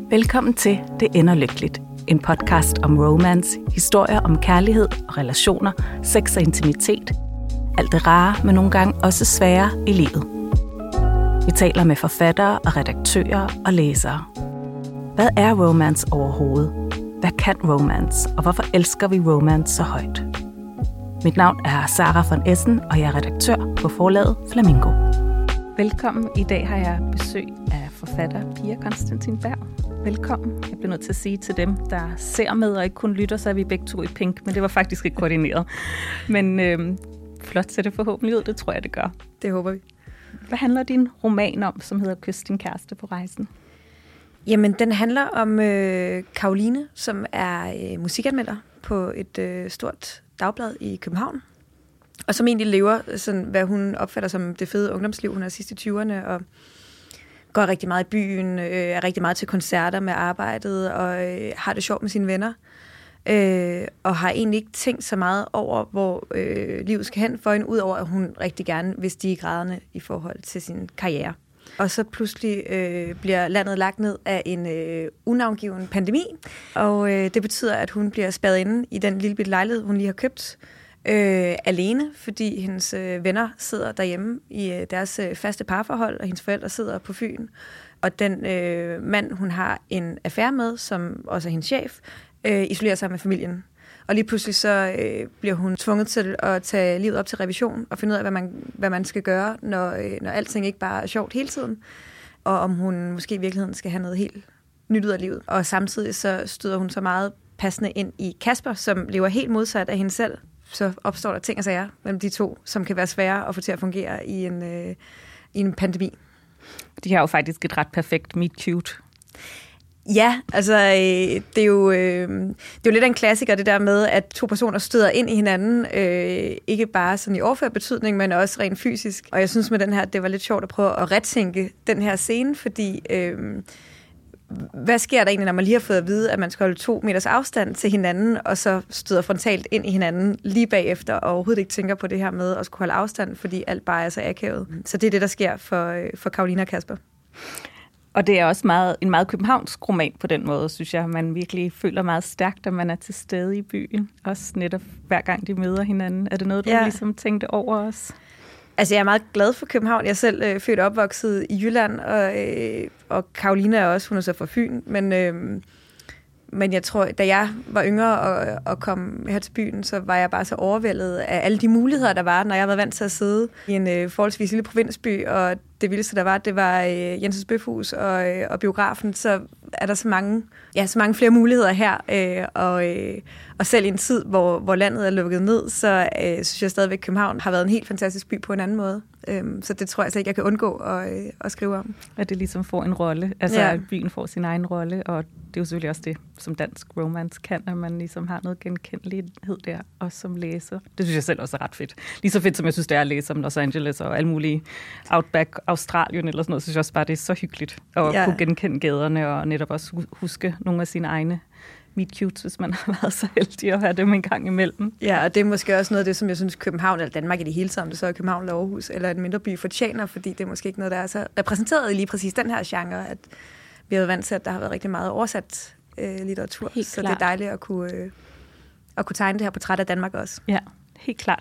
Velkommen til Det ender lykkeligt. En podcast om romance, historier om kærlighed og relationer, sex og intimitet. Alt det rare, men nogle gange også svære i livet. Vi taler med forfattere og redaktører og læsere. Hvad er romance overhovedet? Hvad kan romance, og hvorfor elsker vi romance så højt? Mit navn er Sara von Essen, og jeg er redaktør på forlaget Flamingo. Velkommen. I dag har jeg besøg af forfatter Pia Konstantin Berg. Velkommen. Jeg bliver nødt til at sige til dem, der ser med og ikke kun lytter, så er vi begge to i pink, men det var faktisk ikke koordineret. Men flot ser det forhåbentlig ud, det tror jeg, det gør. Det håber vi. Hvad handler din roman om, som hedder Kys din kæreste på rejsen? Jamen, den handler om Caroline, som er musikanmelder på et stort dagblad i København. Og som egentlig lever, sådan, hvad hun opfatter som det fede ungdomsliv. Hun er sidst i 20'erne og går rigtig meget i byen, er rigtig meget til koncerter med arbejdet og har det sjovt med sine venner. Og har egentlig ikke tænkt så meget over, hvor livet skal hen for hende, udover at hun rigtig gerne vil stige graderne i forhold til sin karriere. Og så pludselig bliver landet lagt ned af en unavngiven pandemi, og det betyder, at hun bliver spærret inde i den lille bitte lejlighed, hun lige har købt, alene, fordi hendes venner sidder derhjemme i deres faste parforhold, og hendes forældre sidder på Fyn. Og den mand, hun har en affære med, som også er hendes chef, isolerer sig med familien. Og lige pludselig så bliver hun tvunget til at tage livet op til revision og finde ud af, hvad man skal gøre, når alting ikke bare er sjovt hele tiden. Og om hun måske i virkeligheden skal have noget helt nyt ud af livet. Og samtidig så støder hun så meget passende ind i Kasper, som lever helt modsat af hende selv. Så opstår der ting og sager mellem de to, som kan være svære at få til at fungere i en pandemi. De har jo faktisk et ret perfekt meet cute. Ja, altså det er jo lidt af en klassiker, det der med, at to personer støder ind i hinanden, ikke bare sådan i overført betydning, men også rent fysisk. Og jeg synes med den her, det var lidt sjovt at prøve at retænke den her scene, fordi hvad sker der egentlig, når man lige har fået at vide, at man skal holde 2 meters afstand til hinanden, og så støder frontalt ind i hinanden lige bagefter, og overhovedet ikke tænker på det her med at skulle holde afstand, fordi alt bare er så akavet. Så det er det, der sker for Caroline og Kasper. Og det er også en meget københavnsk roman på den måde, synes jeg. Man virkelig føler meget stærkt, at man er til stede i byen. Også netop hver gang de møder hinanden. Er det noget, du ligesom tænkte over os? Altså, jeg er meget glad for København. Jeg er selv født og opvokset i Jylland, og Caroline er også, hun er så fra Fyn. Men jeg tror, da jeg var yngre og kom her til byen, så var jeg bare så overvældet af alle de muligheder, der var, når jeg var vant til at sidde i en forholdsvis lille provinsby, og det vildeste, der var, det var Jensens Bøfhus og biografen, så er der så mange flere muligheder her, og selv i en tid, hvor landet er lukket ned, så synes jeg stadigvæk, at København har været en helt fantastisk by på en anden måde. Så det tror jeg altså ikke, jeg kan undgå at skrive om. At det ligesom får en rolle, altså at byen får sin egen rolle, og det er jo selvfølgelig også det, som dansk romance kan, at man ligesom har noget genkendelighed der, også som læser. Det synes jeg selv også er ret fedt. Lige så fedt, som jeg synes, det er at læse om Los Angeles og alle mulige Outback, Australien eller sådan noget, synes jeg også bare, det er så hyggeligt at kunne genkende gaderne og netop også huske nogle af sine egne meet cutes, hvis man har været så heldig at have dem en gang imellem. Ja, og det er måske også noget af det, som jeg synes København eller Danmark i det hele taget, om det så er København eller Aarhus eller en mindre by fortjener, fordi det er måske ikke noget, der er så repræsenteret i lige præcis den her genre, at vi har været vant til, at der har været rigtig meget oversat litteratur. Helt så klart. Det er dejligt at kunne tegne det her portræt af Danmark også. Ja, helt klart.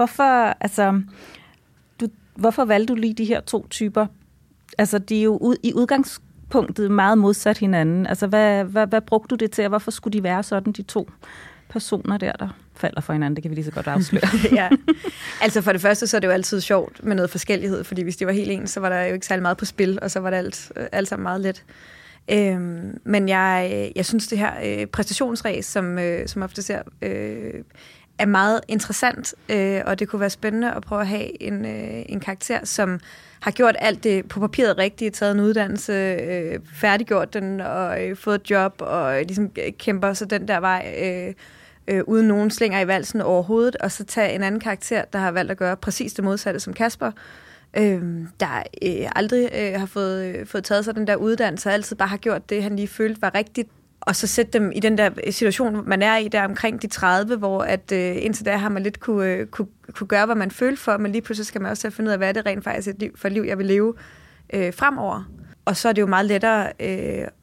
Hvorfor valgte du lige de her 2 typer? Altså, de er jo i udgangspunktet meget modsat hinanden. Altså, hvad brugte du det til, og hvorfor skulle de være sådan, de 2 personer der falder for hinanden? Det kan vi lige så godt afsløre. Ja. Altså for det første, så er det jo altid sjovt med noget forskellighed, fordi hvis det var helt ens, så var der jo ikke særlig meget på spil, og så var det alt sammen meget let. Men jeg synes, det her præstationsræs, som ofte ser, er meget interessant, og det kunne være spændende at prøve at have en karakter, som har gjort alt det på papiret rigtigt, taget en uddannelse, færdiggjort den og fået et job, og ligesom kæmper så den der vej uden nogen slinger i valsen overhovedet, og så tage en anden karakter, der har valgt at gøre præcis det modsatte som Kasper, der aldrig har fået taget sig den der uddannelse, og altid bare har gjort det, han lige følte var rigtigt, og så sætte dem i den der situation, man er i der omkring de 30, hvor at indtil da har man lidt kunne gøre, hvad man følte for, men lige pludselig skal man også finde ud af, hvad er det rent faktisk for et liv, jeg vil leve fremover. Og så er det jo meget lettere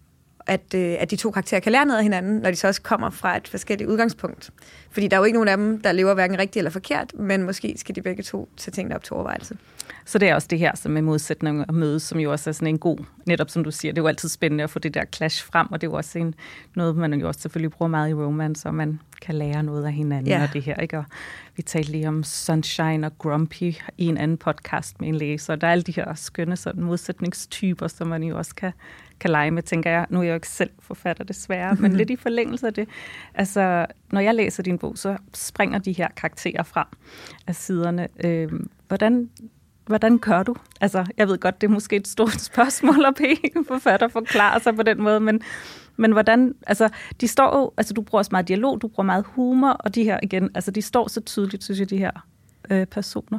at de to karakterer kan lære noget af hinanden, når de så også kommer fra et forskelligt udgangspunkt. Fordi der er jo ikke nogen af dem, der lever hverken rigtigt eller forkert, men måske skal de begge to tage tingene op til overvejelse. Så det er også det her, som er modsætninger og mødes, som jo også er sådan en god, netop som du siger, det er jo altid spændende at få det der clash frem, og det er jo også noget, man jo også selvfølgelig bruger meget i romance, og man kan lære noget af hinanden og det her, ikke? Og vi talte lige om Sunshine og Grumpy i en anden podcast med en læser, og der er alle de her skønne sådan modsætningstyper, som man jo også kan lege med, tænker jeg. Nu er jeg jo ikke selv forfatter desværre, men lidt i forlængelse af det. Altså, når jeg læser din bog, så springer de her karakterer frem af siderne. Hvordan gør du? Altså, jeg ved godt, det er måske et stort spørgsmål at bede en forfatter forklare sig på den måde, men hvordan, altså, de står jo, altså, du bruger også meget dialog, du bruger meget humor, og de her igen, altså, de står så tydeligt, synes jeg, de her personer.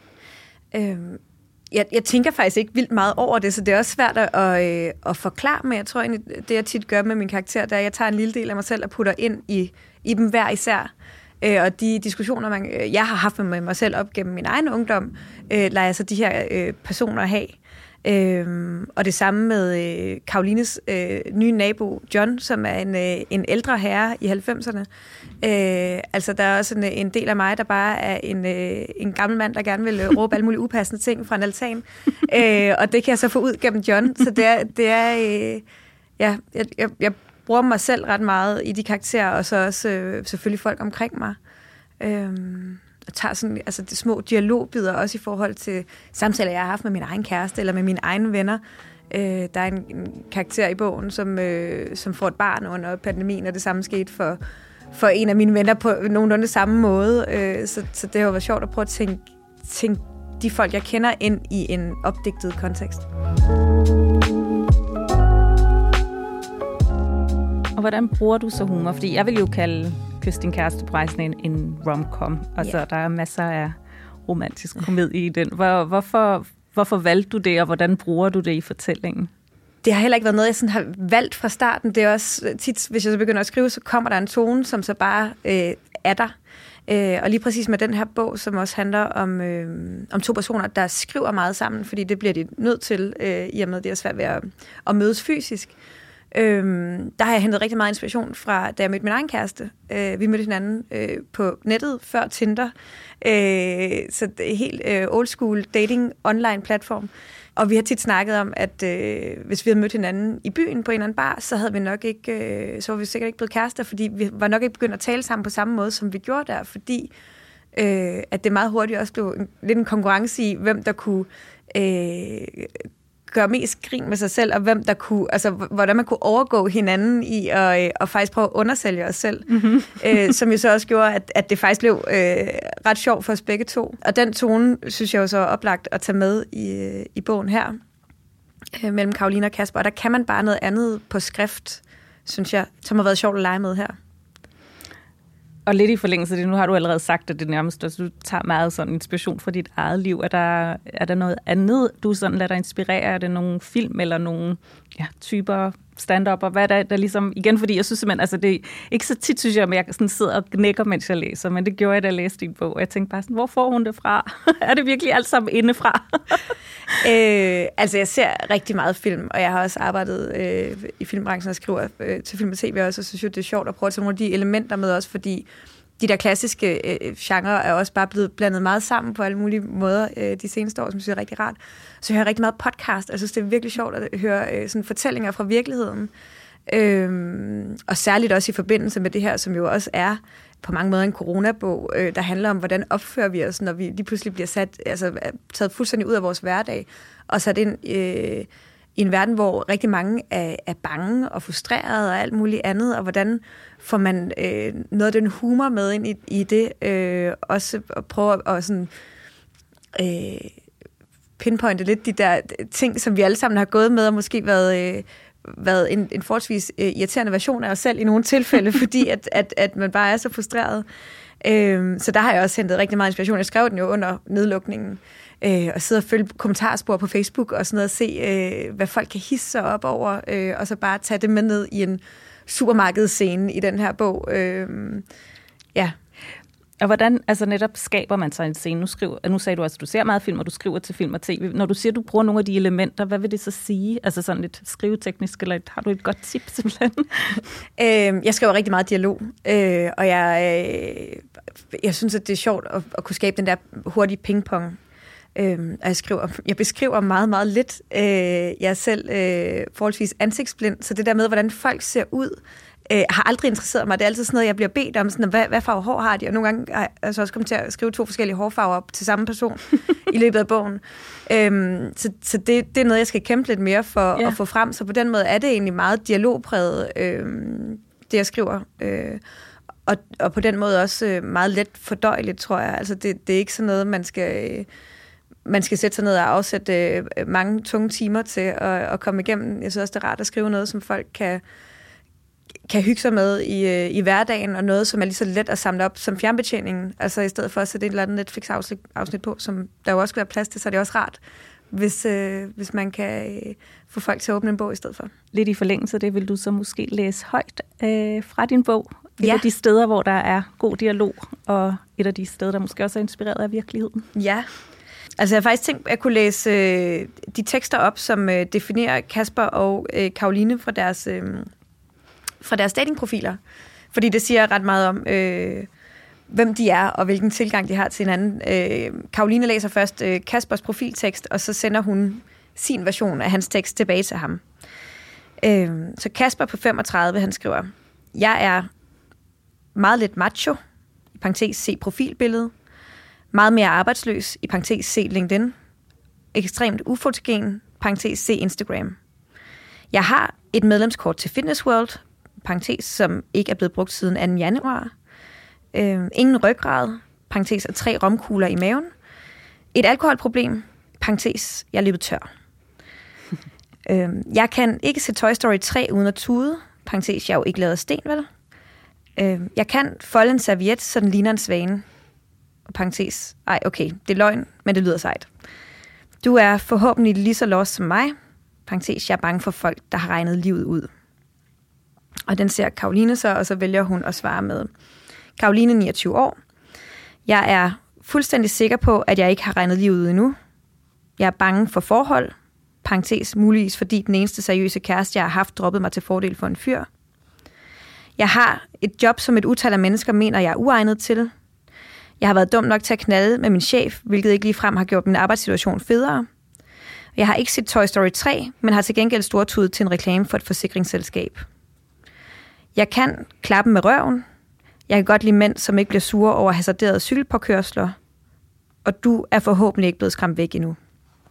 Jeg tænker faktisk ikke vildt meget over det, så det er også svært at forklare, men jeg tror egentlig, det jeg tit gør med min karakter, det er, at jeg tager en lille del af mig selv og putter ind i dem hver især. Og de diskussioner, jeg har haft med mig selv op gennem min egen ungdom, lader jeg så de her personer have. Og det samme med Karolines nye nabo, John, som er en ældre herre i 90'erne. Altså, der er også en del af mig, der bare er en gammel mand, der gerne vil råbe alle mulige upassende ting fra en altan. Og det kan jeg så få ud gennem John. Så jeg bruger mig selv ret meget i de karakterer, og så også selvfølgelig folk omkring mig. Og tager sådan, altså de små dialogbider også i forhold til samtaler, jeg har haft med min egen kæreste eller med mine egne venner. Der er en karakter i bogen, som får et barn under pandemien, og det samme skete for en af mine venner på nogenlunde samme måde. Så det har jo været sjovt at prøve at tænke de folk, jeg kender, ind i en opdigtet kontekst. Og hvordan bruger du så humor? Fordi jeg vil jo kalde Kys din kæreste på rejsen en rom-com. Altså, der er masser af romantisk komedie i den. Hvorfor valgte du det, og hvordan bruger du det i fortællingen? Det har heller ikke været noget, jeg sådan har valgt fra starten. Det er også tit, hvis jeg så begynder at skrive, så kommer der en tone, som så bare er der. Og lige præcis med den her bog, som også handler om to personer, der skriver meget sammen, fordi det bliver de nødt til, i og med det er svært ved at mødes fysisk. Der har jeg hentet rigtig meget inspiration fra, da jeg mødte min egen kæreste. Vi mødte hinanden på nettet før Tinder. Så det er helt old school dating online platform. Og vi har tit snakket om, at hvis vi havde mødt hinanden i byen på en eller anden bar, så havde vi nok ikke, så var vi sikkert ikke blevet kærester, fordi vi var nok ikke begyndt at tale sammen på samme måde, som vi gjorde der, fordi at det meget hurtigt også blev lidt en konkurrence i, hvem der kunne gøre mest grin med sig selv, og hvem der kunne, altså hvordan man kunne overgå hinanden i og faktisk prøve at undersælge os selv. Mm-hmm. Som jo så også gjorde, at det faktisk blev ret sjovt for os begge to. Og den tone, synes jeg jo så er oplagt at tage med i bogen her, mellem Karoline og Kasper. Og der kan man bare noget andet på skrift, synes jeg, som har været sjovt at lege med her. Og lidt i forlængelse af det, nu har du allerede sagt, at det nærmest, at du tager meget sådan inspiration fra dit eget liv. Er der noget andet, du sådan lader dig inspirere? Er det nogle film eller nogle typer stand-up? Og hvad er der ligesom, igen, fordi jeg synes simpelthen, altså det er ikke så tit, synes jeg, at jeg sådan sidder og knækker, mens jeg læser, men det gjorde jeg, da jeg læste din bog. Jeg tænkte bare sådan, hvor får hun det fra? Er det virkelig alt sammen indefra? Altså, jeg ser rigtig meget film, og jeg har også arbejdet i filmbranchen og skriver til film og tv også, og synes jo, det er sjovt at prøve at tage nogle af de elementer med også, fordi de der klassiske genrer er også bare blevet blandet meget sammen på alle mulige måder de seneste år, som jeg synes er rigtig rart. Så jeg hører rigtig meget podcast, og jeg synes, det er virkelig sjovt at høre sådan fortællinger fra virkeligheden. Og særligt også i forbindelse med det her, som jo også er på mange måder en coronabog, der handler om, hvordan opfører vi os, når vi lige pludselig bliver taget fuldstændig ud af vores hverdag, og sat ind i en verden, hvor rigtig mange er bange og frustrerede og alt muligt andet, og hvordan får man noget af den humor med ind i det, også at prøve at sådan, pinpointe lidt de der ting, som vi alle sammen har gået med, og måske været en forholdsvis irriterende version af os selv i nogle tilfælde, fordi at man bare er så frustreret. Så der har jeg også hentet rigtig meget inspiration. Jeg skrev den jo under nedlukningen, og sidde og følge kommentarspor på Facebook og sådan noget, og se, hvad folk kan hisse sig op over, og så bare tage det med ned i en supermarkedsscene i den her bog. Ja. Og hvordan netop skaber man sig en scene? Nu sagde du også, at du ser meget film, og du skriver til film og tv. Når du siger, at du bruger nogle af de elementer, hvad vil det så sige? Altså sådan lidt skriveteknisk, eller har du et godt tip simpelthen? Jeg skriver rigtig meget dialog, og jeg synes, at det er sjovt at kunne skabe den der hurtige pingpong. Og jeg beskriver meget, meget lidt. Jeg er selv forholdsvis ansigtsblind, så det der med, hvordan folk ser ud, har aldrig interesseret mig. Det er altid sådan noget, jeg bliver bedt om, sådan, hvad farve hår har de? Og nogle gange har jeg så også kommet til at skrive 2 forskellige hårfarver op til samme person i løbet af bogen. Så det er noget, jeg skal kæmpe lidt mere for at få frem. Så på den måde er det egentlig meget dialogpræget, det jeg skriver. Og på den måde også meget let fordøjeligt, tror jeg. Altså det er ikke sådan noget, man skal sætte sig ned og afsætte mange tunge timer til at komme igennem. Jeg synes også, det er rart at skrive noget, som folk kan hygge sig med i hverdagen, og noget, som er lige så let at samle op som fjernbetjeningen. Altså i stedet for at sætte et eller andet Netflix-afsnit på, som der jo også skal være plads til, så er det også rart, hvis man kan få folk til at åbne en bog i stedet for. Lidt i forlængelse af det, vil du så måske læse højt fra din bog? Et af de steder, hvor der er god dialog, og et af de steder, der måske også er inspireret af virkeligheden. Ja. Altså jeg har faktisk tænkt, at jeg kunne læse de tekster op, som definerer Kasper og Caroline fra deres datingprofiler. Fordi det siger ret meget om, hvem de er, og hvilken tilgang de har til hinanden. Caroline læser først Kaspers profiltekst, og så sender hun sin version af hans tekst tilbage til ham. Så Kasper på 35, han skriver, jeg er meget lidt macho, i parentes se profilbillede, meget mere arbejdsløs, i parentes se LinkedIn, ekstremt ufotogen, parentes se Instagram. Jeg har et medlemskort til Fitness World, parentes, som ikke er blevet brugt siden 2. januar. Ingen ryggrad, parentes, og 3 romkugler i maven. Et alkoholproblem, parentes, jeg er løbet tør. Jeg kan ikke se Toy Story 3 uden at tude, parentes, jeg er jo ikke lavet af sten, vel? Jeg kan folde en serviet, så den ligner en svane. Parentes, okay, det er løgn, men det lyder sejt. Du er forhåbentlig lige så lost som mig. Parentes, jeg er bange for folk, der har regnet livet ud. Og den ser Caroline så, og så vælger hun at svare med. Caroline, 29 år. Jeg er fuldstændig sikker på, at jeg ikke har regnet livet ud endnu. Jeg er bange for forhold. Parentes, muligvis fordi den eneste seriøse kæreste, jeg har haft, droppede mig til fordel for en fyr. Jeg har et job, som et utal af mennesker mener, jeg er uegnet til. Jeg har været dum nok til at knalde med min chef, hvilket ikke ligefrem har gjort min arbejdssituation federe. Jeg har ikke set Toy Story 3, men har til gengæld stortudet til en reklame for et forsikringsselskab. Jeg kan klappe med røven. Jeg kan godt lide mænd, som ikke bliver sure over hasarderede cykelpåkørsler. Og du er forhåbentlig ikke blevet skræmt væk endnu.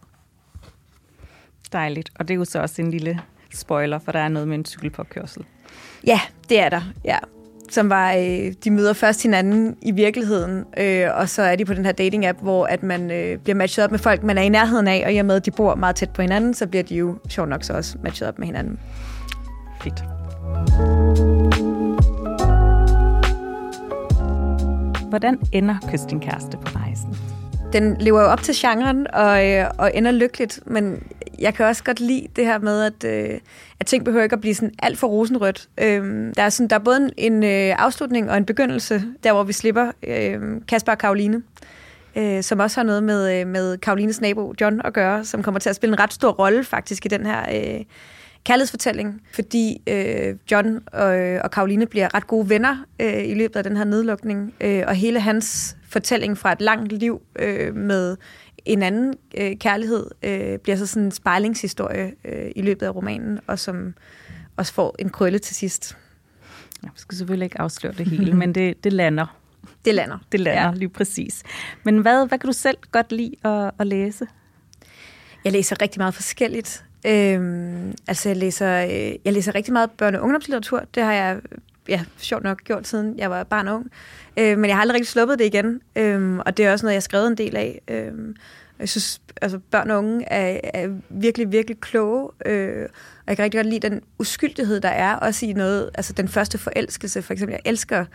Dejligt. Og det er jo så også en lille spoiler, for der er noget med en cykelpåkørsel. Ja, det er der. Ja. Som var, de møder først hinanden i virkeligheden, og så er de på den her dating-app, hvor at man bliver matchet op med folk, man er i nærheden af, og i og med, at de bor meget tæt på hinanden, så bliver de jo sjovt nok så også matchet op med hinanden. Fedt. Hvordan ender Kys din kæreste på rejsen? Den lever jo op til genren og ender lykkeligt, men jeg kan også godt lide det her med, at ting behøver ikke at blive sådan alt for rosenrødt. Der er både en afslutning og en begyndelse, der hvor vi slipper Kasper og Caroline, som også har noget med Carolines nabo John at gøre, som kommer til at spille en ret stor rolle faktisk i den her kærlighedsfortælling, fordi John og Caroline bliver ret gode venner i løbet af den her nedlukning, og hele hans fortælling fra et langt liv med en anden kærlighed bliver så sådan en spejlingshistorie i løbet af romanen, og som også får en krølle til sidst. Jeg skal selvfølgelig ikke afsløre det hele, men det lander. Det lander. Det lander, ja. Lige præcis. Men hvad kan du selv godt lide at læse? Jeg læser rigtig meget forskelligt. Altså jeg læser rigtig meget børne- og ungdomslitteratur. Det har jeg sjovt nok gjort, siden jeg var barn og ung. Men jeg har aldrig rigtig sluppet det igen. Og det er også noget, jeg har skrevet en del af. Jeg synes, altså børn og unge er virkelig, virkelig kloge. Og jeg kan rigtig godt lide den uskyldighed, der er også i noget. Altså den første forelskelse, for eksempel. Jeg elsker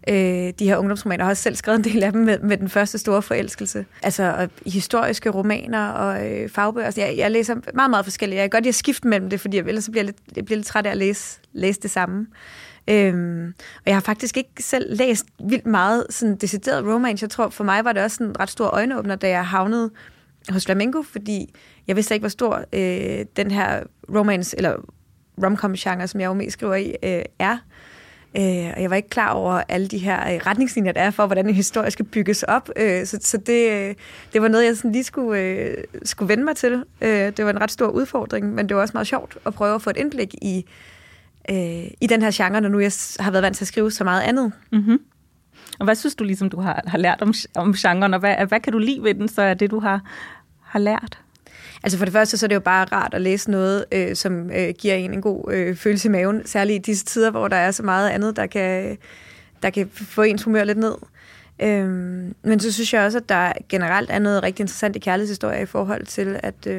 de her ungdomsromaner. Jeg har også selv skrevet en del af dem med den første store forelskelse. Altså historiske romaner og fagbøger. Altså, jeg læser meget, meget forskelligt. Jeg kan godt lide at skifte mellem det, fordi ellers så bliver jeg lidt træt af at læse det samme. Og jeg har faktisk ikke selv læst vildt meget sådan decideret romance. Jeg tror, for mig var det også en ret stor øjenåbner, da jeg havnede hos Flamingo, fordi jeg vidste ikke, hvor stor den her romance, eller rom-com-genre, som jeg jo mest skriver i, er. Og jeg var ikke klar over alle de her retningslinjer, der er for, hvordan en historie skal bygges op. Så det var noget, jeg sådan lige skulle vende mig til. Det var en ret stor udfordring, men det var også meget sjovt at prøve at få et indblik i den her genre, når nu jeg har været vant til at skrive så meget andet. Mm-hmm. Og hvad synes du ligesom, du har lært om genren, og hvad kan du lide ved den, så er det, du har lært? Altså for det første, så er det jo bare rart at læse noget, som giver en god følelse i maven, særligt i disse tider, hvor der er så meget andet, der kan få ens humør lidt ned. Men så synes jeg også, at der generelt er noget rigtig interessant i kærlighedshistorie i forhold til,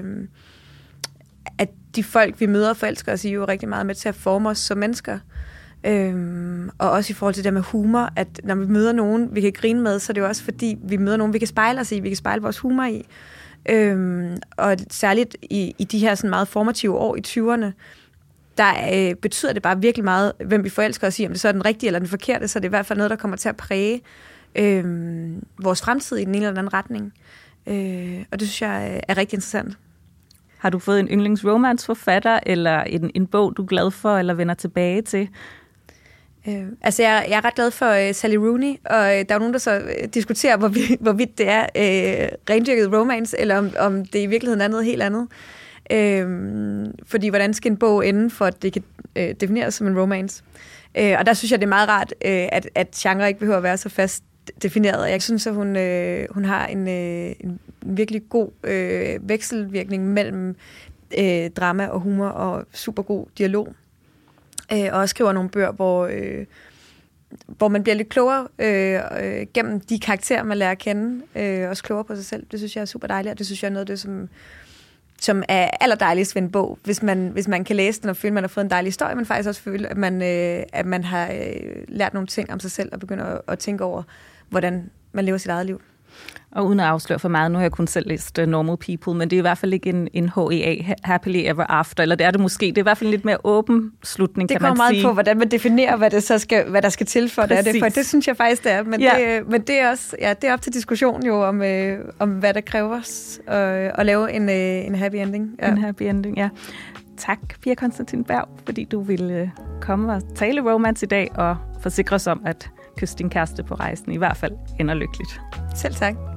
at de folk, vi møder og forelsker os i, jo rigtig meget med til at forme os som mennesker. Og også i forhold til det med humor, at når vi møder nogen, vi kan grine med, så er det jo også fordi, vi møder nogen, vi kan spejle os i, vi kan spejle vores humor i. Og særligt i de her sådan meget formative år i 20'erne, der betyder det bare virkelig meget, hvem vi forelsker os i, om det så er den rigtige eller den forkerte, så det er i hvert fald noget, der kommer til at præge vores fremtid i den ene eller anden retning. Og det synes jeg er rigtig interessant. Har du fået en yndlingsromanceforfatter, eller en bog, du er glad for, eller vender tilbage til? Altså, jeg er ret glad for Sally Rooney, og der er jo nogen, der så diskuterer, hvorvidt det er rendyrket romance, eller om det i virkeligheden er noget helt andet. Fordi hvordan skal en bog ende, for at det kan defineres som en romance? Og der synes jeg, det er meget rart, at genre ikke behøver at være så fast defineret. Jeg synes, at hun har en virkelig god vekselvirkning mellem drama og humor og super god dialog. Og også skriver nogle bøger, hvor man bliver lidt klogere gennem de karakterer, man lærer at kende, også klogere på sig selv. Det synes jeg er super dejligt, og det synes jeg er noget af det, som er allerdejligst ved en bog, hvis man kan læse den og føle, at man har fået en dejlig historie, men faktisk også føle, at man har lært nogle ting om sig selv og begynder at tænke over, hvordan man lever sit eget liv. Og uden at afsløre for meget, nu har jeg kun selv læst Normal People, men det er i hvert fald ikke en HEA, Happily Ever After, eller det er det måske. Det er i hvert fald en lidt mere åben slutning, kan man sige. Det kommer meget på, hvordan man definerer, hvad der skal til for det. For det synes jeg faktisk, det er. Men det er også, det er op til diskussion jo om hvad der kræver at lave en happy ending. Ja. En happy ending, ja. Tak, Pia Konstantin Berg, fordi du ville komme og tale romance i dag og forsikre os om, at kysse din kæreste på rejsen i hvert fald ender lykkeligt. Selv tak.